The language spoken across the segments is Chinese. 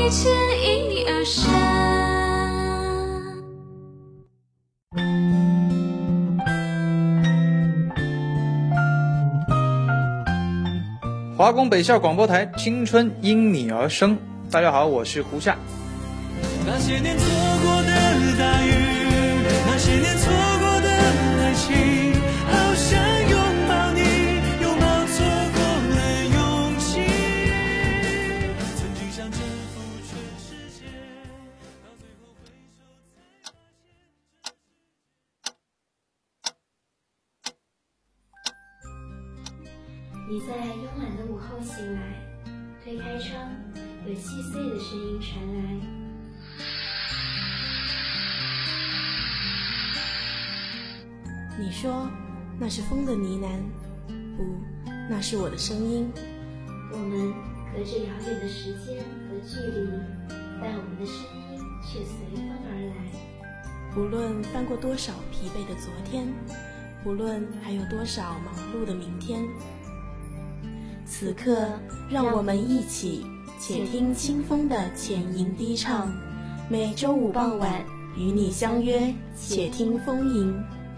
切因你而生。 华工北校广播台，青春因你而生。大家好，我是胡夏。 那些年错过的大雨，那些年错过的爱情，好想拥抱你，拥抱错过的勇气。曾经想征服全世界，到最后回首你在慵懒的午后醒来，推开窗，有细碎的声音传来。 你说那是风的呢喃，不，那是我的声音。 我们隔着遥远的时间和距离，但我们的声音却随风而来。 无论翻过多少疲惫的昨天，无论还有多少忙碌的明天，此刻让我们一起且听清风的浅吟低唱。每周五傍晚与你相约，且听风吟。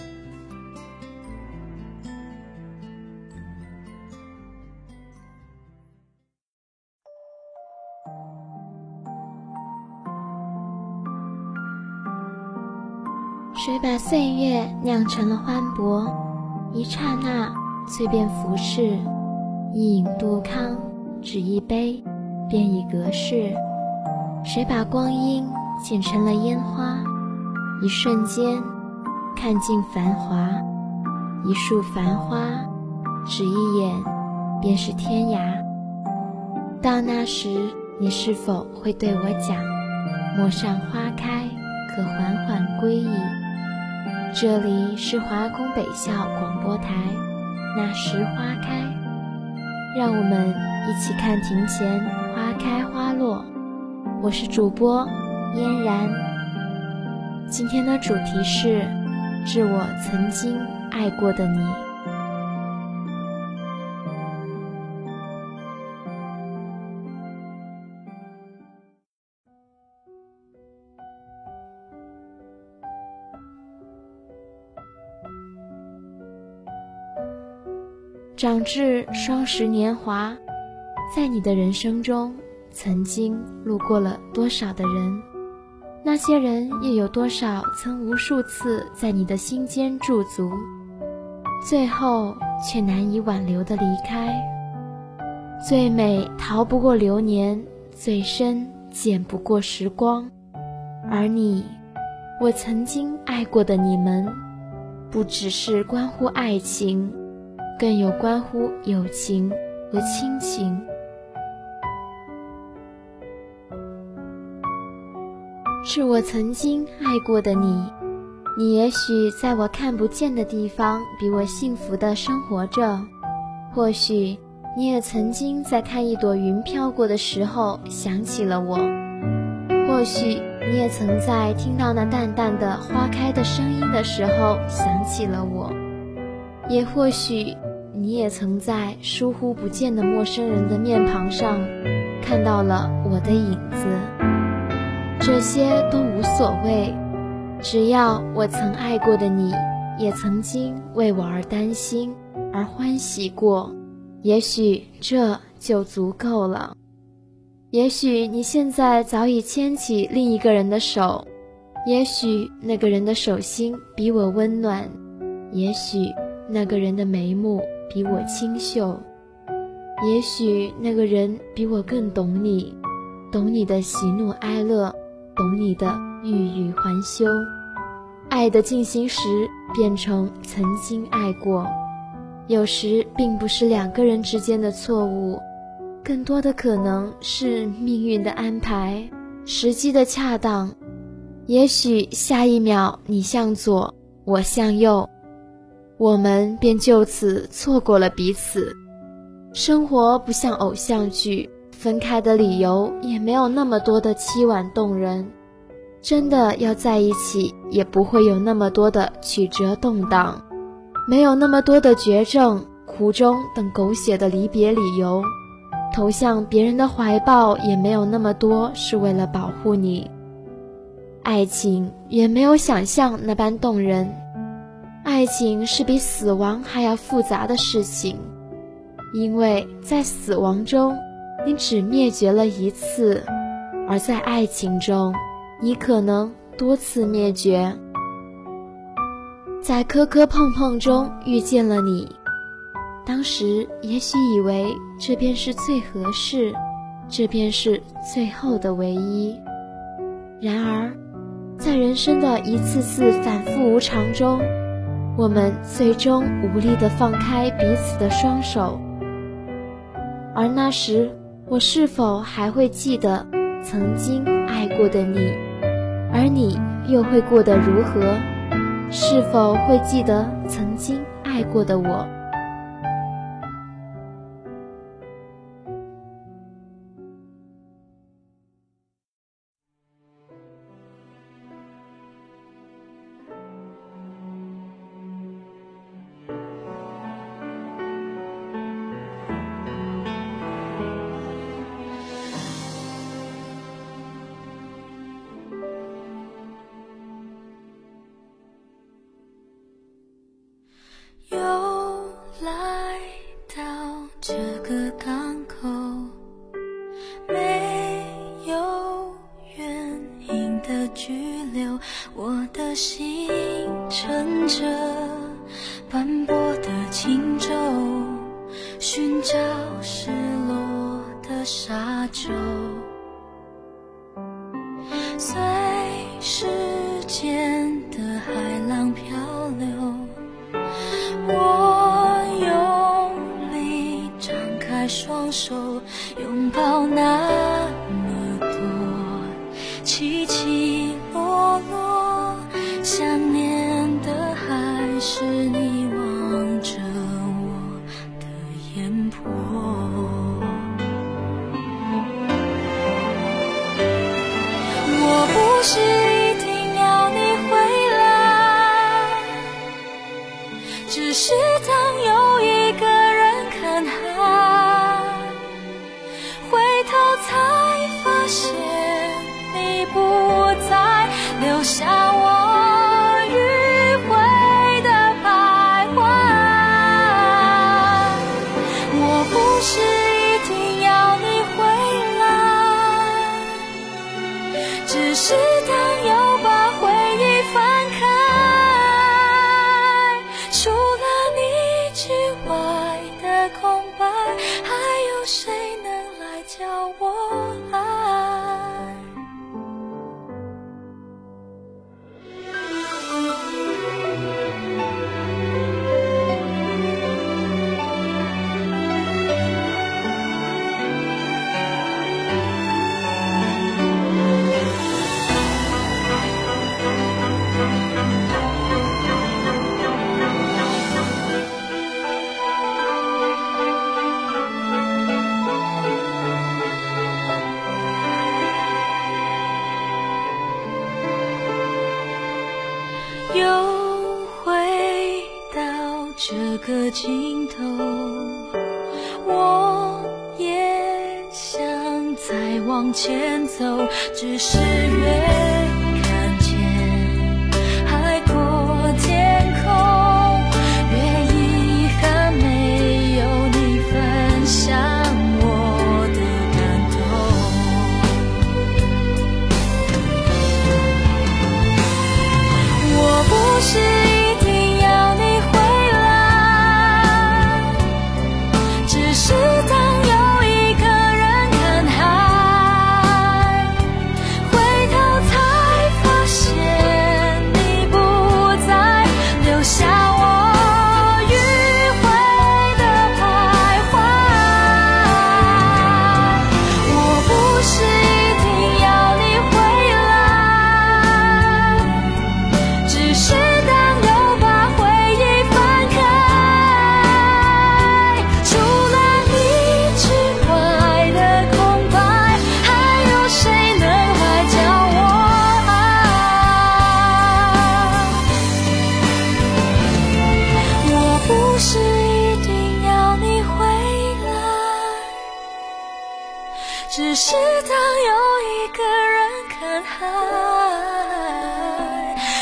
水把岁月酿成了欢博，一刹那蜕变浮世，一饮杜康，只一杯，便已隔世。水把光阴剪成了烟花，一瞬间看尽繁华，一束繁花，只一眼，便是天涯。到那时，你是否会对我讲，陌上花开，可缓缓归矣。这里是华工北校广播台，那时花开，让我们一起看庭前花开花落。我是主播嫣然，今天的主题是致我曾经爱过的你。长至双十年华，在你的人生中曾经路过了多少的人，那些人又有多少曾无数次在你的心间驻足，最后却难以挽留的离开。最美逃不过流年，最深剪不过时光。而你，我曾经爱过的你们，不只是关乎爱情，更有关乎友情和亲情。是我曾经爱过的你，你也许在我看不见的地方比我幸福地生活着，或许你也曾经在看一朵云飘过的时候想起了我，或许你也曾在听到那淡淡的花开的声音的时候想起了我，也或许你也曾在疏忽不见的陌生人的面庞上看到了我的影子。这些都无所谓，只要我曾爱过的你也曾经为我而担心而欢喜过，也许这就足够了。也许你现在早已牵起另一个人的手，也许那个人的手心比我温暖，也许那个人的眉目比我清秀，也许那个人比我更懂你，懂你的喜怒哀乐，懂你的欲语还休。爱的进行时变成曾经爱过，有时并不是两个人之间的错误，更多的可能是命运的安排，时机的恰当。也许下一秒你向左，我向右，我们便就此错过了彼此。生活不像偶像剧，分开的理由也没有那么多的凄婉动人，真的要在一起也不会有那么多的曲折动荡，没有那么多的绝症、苦衷等狗血的离别理由， 投向别人的怀抱也没有那么多是为了保护你。爱情也没有想象那般动人，爱情是比死亡还要复杂的事情，因为在死亡中你只灭绝了一次，而在爱情中你可能多次灭绝。在磕磕碰碰中遇见了你，当时也许以为这便是最合适，这便是最后的唯一。然而在人生的一次次反复无常中，我们最终无力地放开彼此的双手。而那时我是否还会记得曾经爱过的你，而你又会过得如何？是否会记得曾经爱过的我？ 又来到这个港口，没有原因的拘留，我的心乘着斑驳的轻舟，寻找失落的沙洲，随时间的海浪漂流，我用力张开双手，拥抱那么多起起落落，想念的还是你望着我的眼波。我不是一定要你回来，只是当有一个人看海，回头才发现你不在，留下我迂回的徘徊。我不是一定要你回来，只是当有把回忆翻开，除了你之外的空白，还有谁能来教我爱？又回到这个尽头，我也想再往前走，只是越看见海阔天空，越遗憾没有你分享我的感动。我不是一定要你回来，只是当有一个人看海，回头才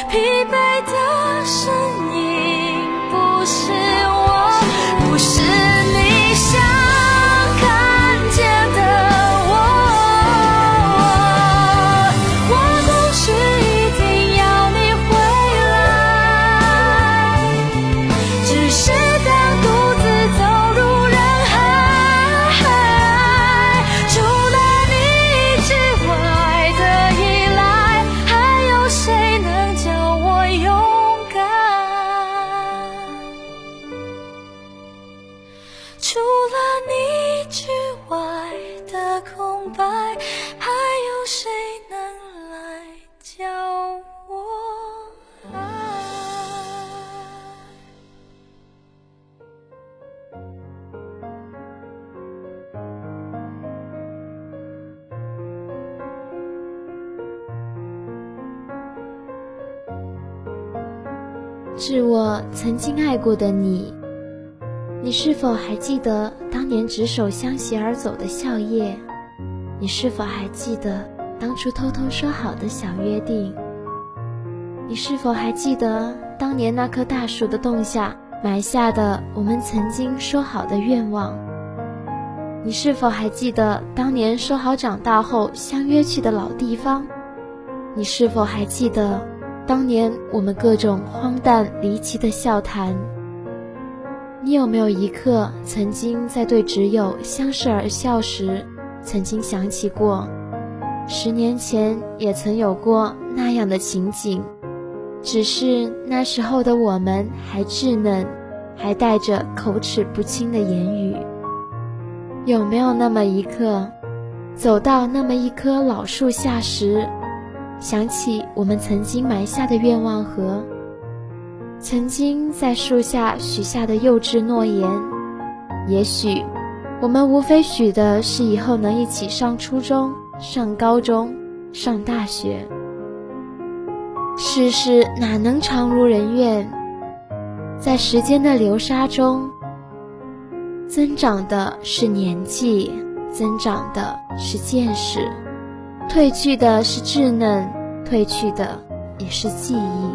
疲惫的身影，不是我，不是你想看见的我。我不是一定要你回来，只是当独自走入人海，除了你之外的依赖，还有谁能叫我勇敢？除了你之外的空白，还有谁能来叫我爱？ 致我曾经爱过的你，你是否还记得当年执手相携而走的笑靥？你是否还记得当初偷偷说好的小约定？你是否还记得当年那棵大树的洞下埋下的我们曾经说好的愿望？你是否还记得当年说好长大后相约去的老地方？你是否还记得当年我们各种荒诞离奇的笑谈？你有没有一刻曾经在对挚友相视而笑时，曾经想起过10年前也曾有过那样的情景，只是那时候的我们还稚嫩，还带着口齿不清的言语。有没有那么一刻，走到那么一棵老树下时，想起我们曾经埋下的愿望和曾经在树下许下的幼稚诺言？也许我们无非许的是以后能一起上初中、上高中、上大学。世事哪能常如人愿？在时间的流沙中，增长的是年纪，增长的是见识，褪去的是稚嫩，褪去的也是记忆。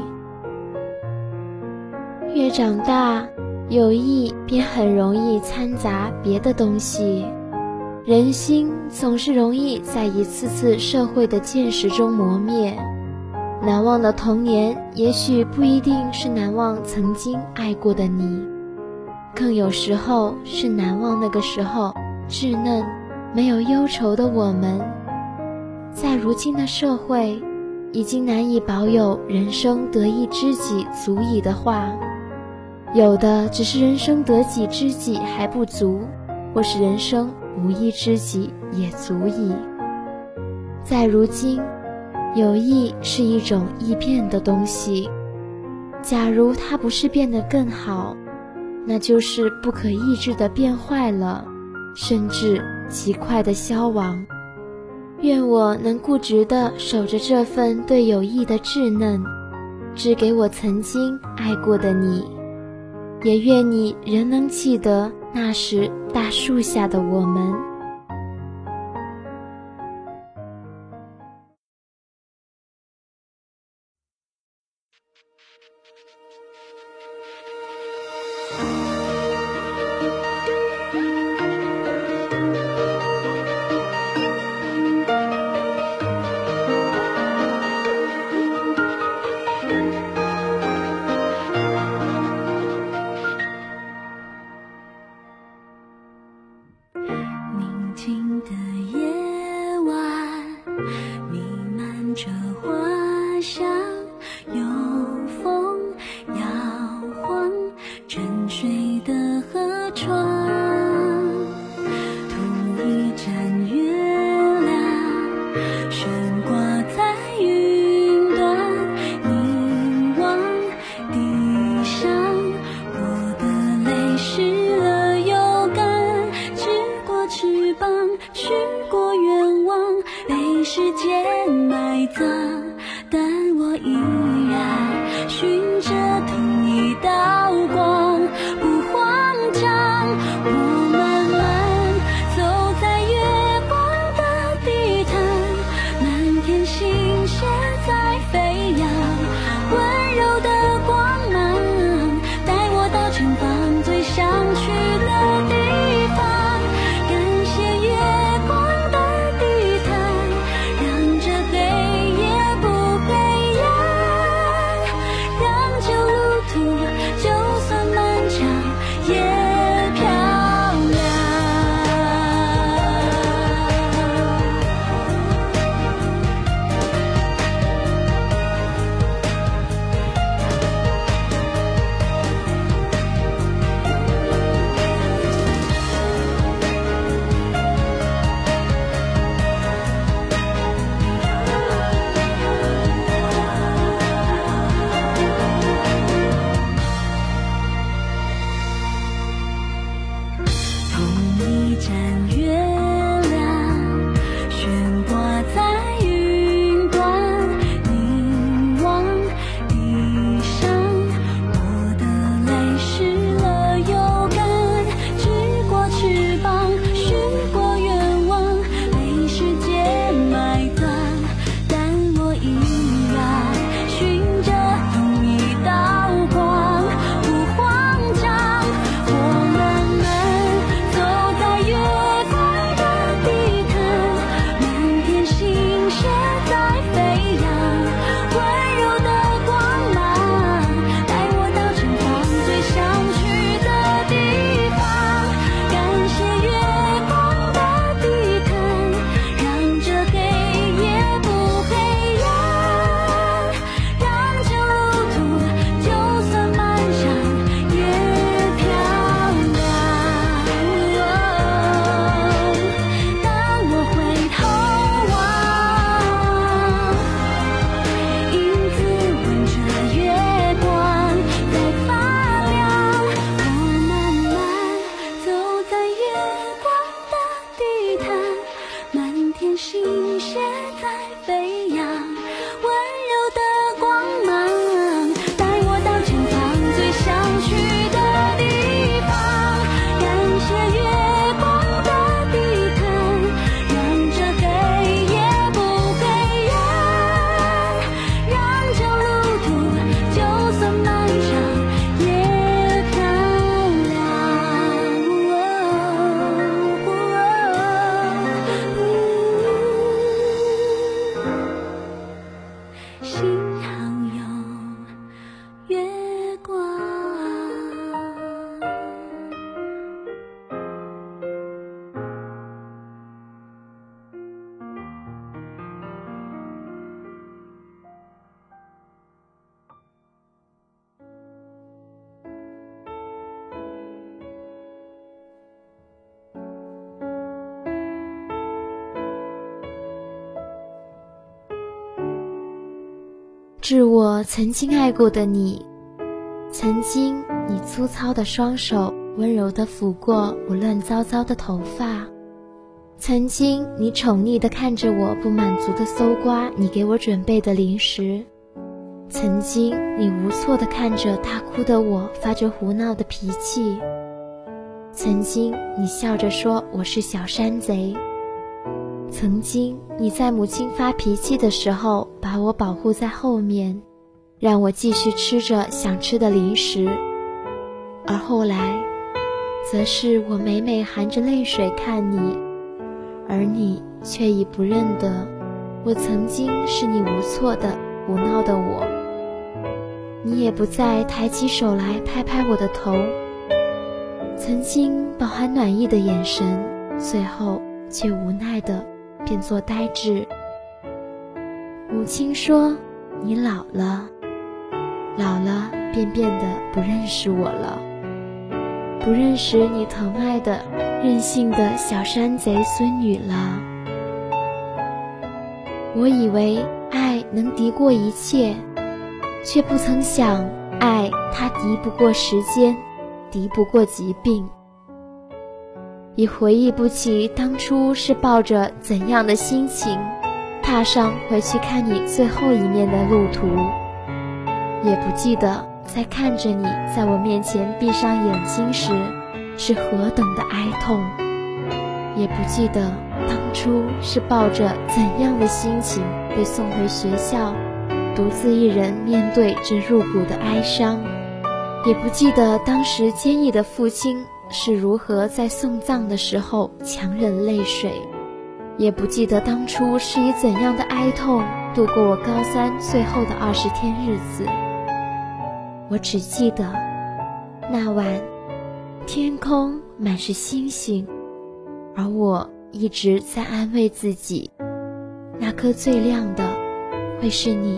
越长大，友谊便很容易掺杂别的东西，人心总是容易在一次次社会的见识中磨灭。难忘的童年也许不一定是难忘曾经爱过的你，更有时候是难忘那个时候稚嫩没有忧愁的我们。在如今的社会，已经难以保有人生得一知己足矣的话，有的只是人生得几知己还不足，或是人生无一知己也足矣。在如今，友谊是一种易变的东西，假如它不是变得更好，那就是不可抑制的变坏了，甚至极快的消亡。愿我能固执地守着这份对友谊的稚嫩，只给我曾经爱过的你，也愿你仍能记得那时大树下的我们。 星屑在飞扬。 致我曾经爱过的你，曾经你粗糙的双手温柔地抚过我乱糟糟的头发，曾经你宠溺地看着我不满足地搜刮你给我准备的零食，曾经你无措地看着大哭的我发着胡闹的脾气，曾经你笑着说我是小山贼，曾经你在母亲发脾气的时候把我保护在后面，让我继续吃着想吃的零食，而后来则是我每每含着泪水看你，而你却已不认得我曾经是你无措的胡闹的我，你也不再抬起手来拍拍我的头，曾经饱含暖意的眼神，最后却无奈地变作呆滞。母亲说你老了，老了便变得不认识我了，不认识你疼爱的任性的小山贼孙女了。我以为爱能敌过一切，却不曾想爱它敌不过时间，敌不过疾病。已回忆不起当初是抱着怎样的心情踏上回去看你最后一面的路途，也不记得在看着你在我面前闭上眼睛时是何等的哀痛，也不记得当初是抱着怎样的心情被送回学校，独自一人面对这入骨的哀伤，也不记得当时坚毅的父亲是如何在送葬的时候强忍泪水，也不记得当初是以怎样的哀痛度过我高三最后的20天日子。我只记得那晚天空满是星星，而我一直在安慰自己，那颗最亮的会是你。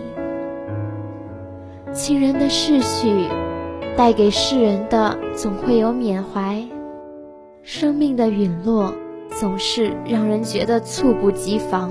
亲人的逝去带给世人的总会有缅怀，生命的陨落总是让人觉得猝不及防。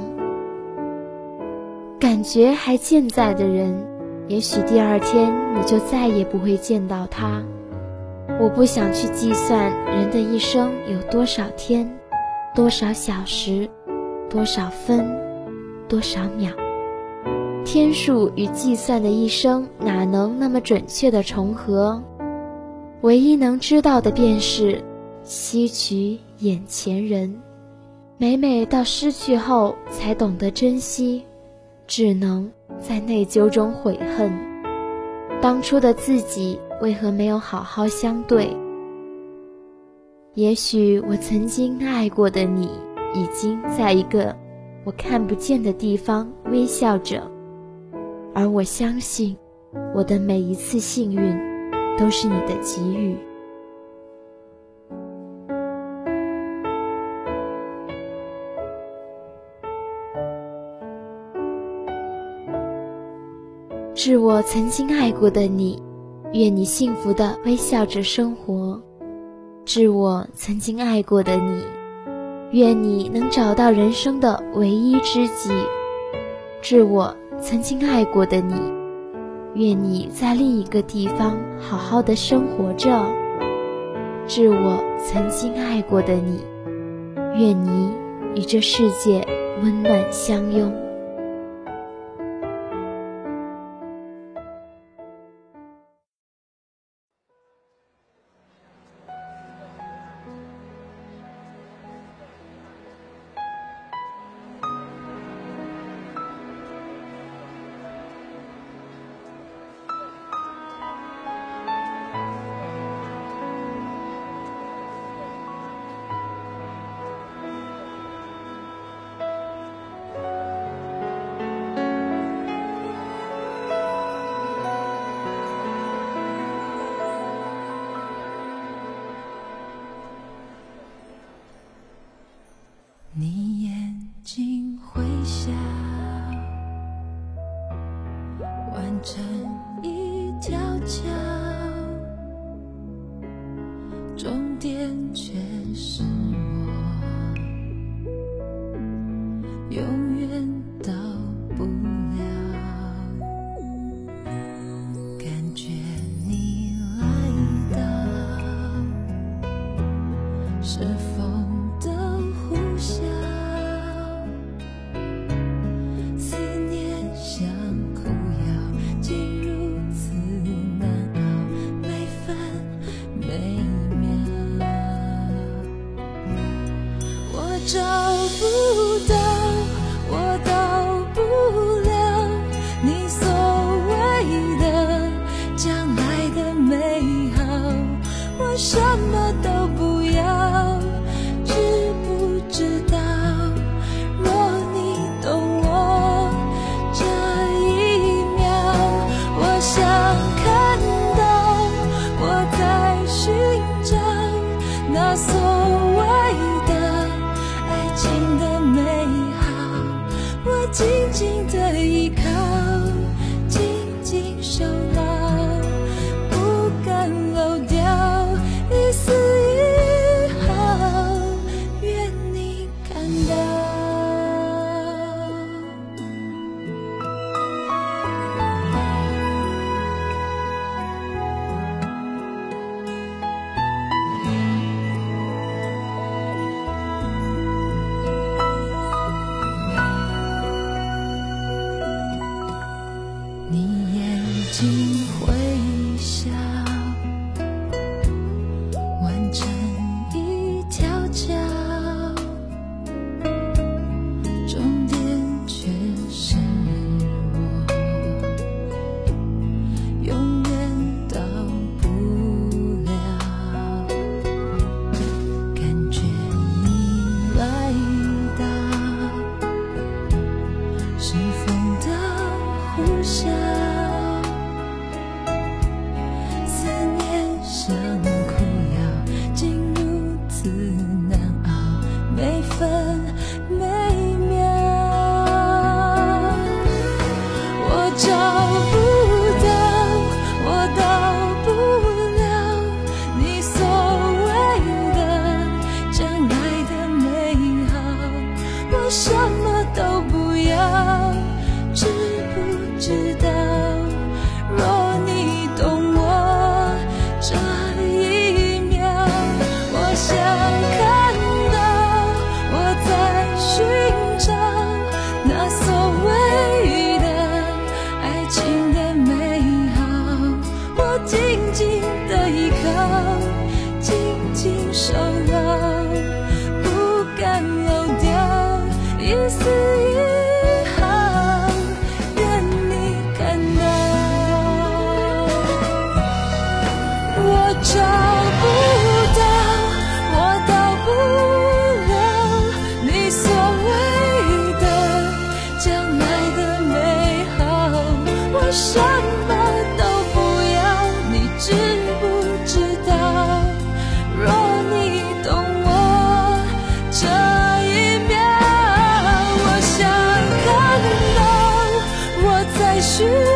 感觉还健在的人，也许第二天你就再也不会见到他。我不想去计算人的一生有多少天，多少小时，多少分，多少秒。天数与计算的一生哪能那么准确的重合？唯一能知道的便是吸取眼前人，每每到失去后才懂得珍惜，只能在内疚中悔恨，当初的自己为何没有好好相对。也许我曾经爱过的你，已经在一个我看不见的地方微笑着，而我相信我的每一次幸运都是你的给予。致我曾经爱过的你，愿你幸福地微笑着生活。致我曾经爱过的你，愿你能找到人生的唯一知己。致我曾经爱过的你，愿你在另一个地方好好的生活着。致我曾经爱过的你，愿你与这世界温暖相拥。 你眼睛会笑，弯成一条桥，终点却是我，永远到不了。 尽回响，完成一条桥，终点却是我，永远到不了。感觉你来到，是风的呼啸，思念像苦药，竟如此难熬，每分每秒。我找不到，我到不了你所谓的将来的美好，我什么都不要，知不知道？若你懂我这一秒，我想看到我在寻找那所谓的爱情的美好，我紧紧的依靠，紧紧守牢，不敢漏掉一丝一毫，愿你看到。我找不到，我到不了你所谓的将来的美好，我什么都不要，你知不知道？若你懂我这一秒，我想看到我在寻